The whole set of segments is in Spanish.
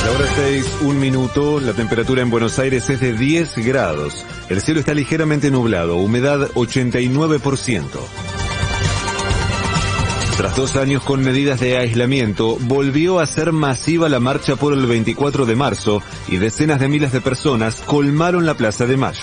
La hora 6:01, la temperatura en Buenos Aires es de 10 grados. El cielo está ligeramente nublado, humedad 89%. Tras 2 años con medidas de aislamiento, volvió a ser masiva la marcha por el 24 de marzo y decenas de miles de personas colmaron la Plaza de Mayo.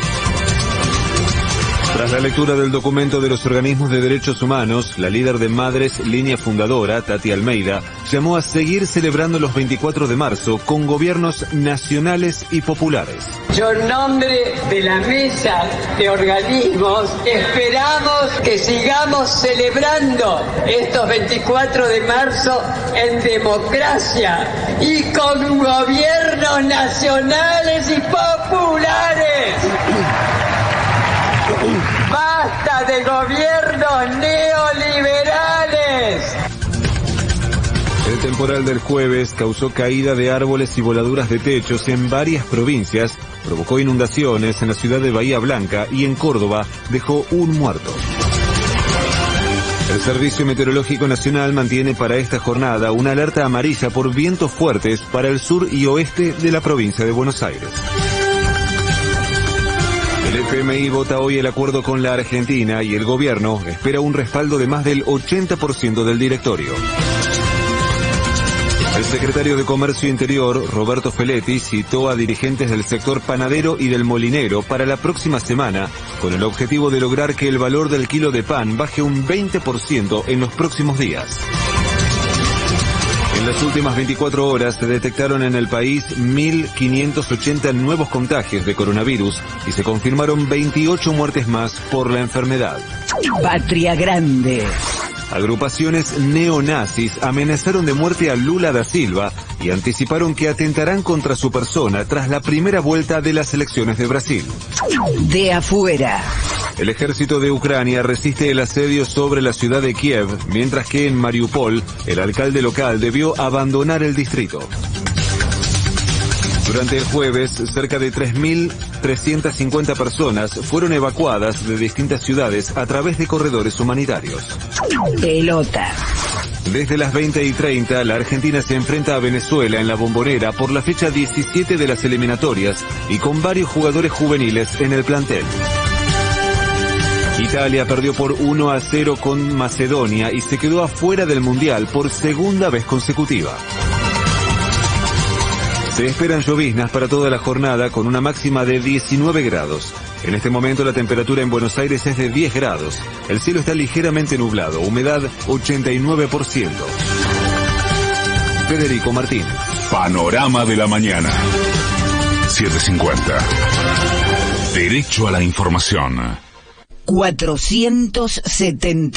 Tras la lectura del documento de los organismos de derechos humanos, la líder de Madres Línea Fundadora, Tati Almeida, llamó a seguir celebrando los 24 de marzo con gobiernos nacionales y populares. Yo en nombre de la mesa de organismos esperamos que sigamos celebrando estos 24 de marzo en democracia y con gobiernos nacionales y populares. ¡Basta de gobiernos neoliberales! El temporal del jueves causó caída de árboles y voladuras de techos en varias provincias, provocó inundaciones en la ciudad de Bahía Blanca y en Córdoba dejó un muerto. El Servicio Meteorológico Nacional mantiene para esta jornada una alerta amarilla por vientos fuertes para el sur y oeste de la provincia de Buenos Aires. El FMI vota hoy el acuerdo con la Argentina y el gobierno espera un respaldo de más del 80% del directorio. El secretario de Comercio Interior, Roberto Feletti, citó a dirigentes del sector panadero y del molinero para la próxima semana, con el objetivo de lograr que el valor del kilo de pan baje un 20% en los próximos días. En las últimas 24 horas se detectaron en el país 1.580 nuevos contagios de coronavirus y se confirmaron 28 muertes más por la enfermedad. Patria Grande. Agrupaciones neonazis amenazaron de muerte a Lula da Silva y anticiparon que atentarán contra su persona tras la primera vuelta de las elecciones de Brasil. De afuera. El ejército de Ucrania resiste el asedio sobre la ciudad de Kiev, mientras que en Mariupol, el alcalde local debió abandonar el distrito. Durante el jueves, cerca de 3.350 personas fueron evacuadas de distintas ciudades a través de corredores humanitarios. Pelota. Desde las 20:30, la Argentina se enfrenta a Venezuela en la Bombonera por la fecha 17 de las eliminatorias y con varios jugadores juveniles en el plantel. Italia perdió por 1-0 con Macedonia y se quedó afuera del Mundial por segunda vez consecutiva. Se esperan lloviznas para toda la jornada con una máxima de 19 grados. En este momento la temperatura en Buenos Aires es de 10 grados. El cielo está ligeramente nublado, humedad 89%. Federico Martín. Panorama de la mañana. 7:50. Derecho a la información. 470.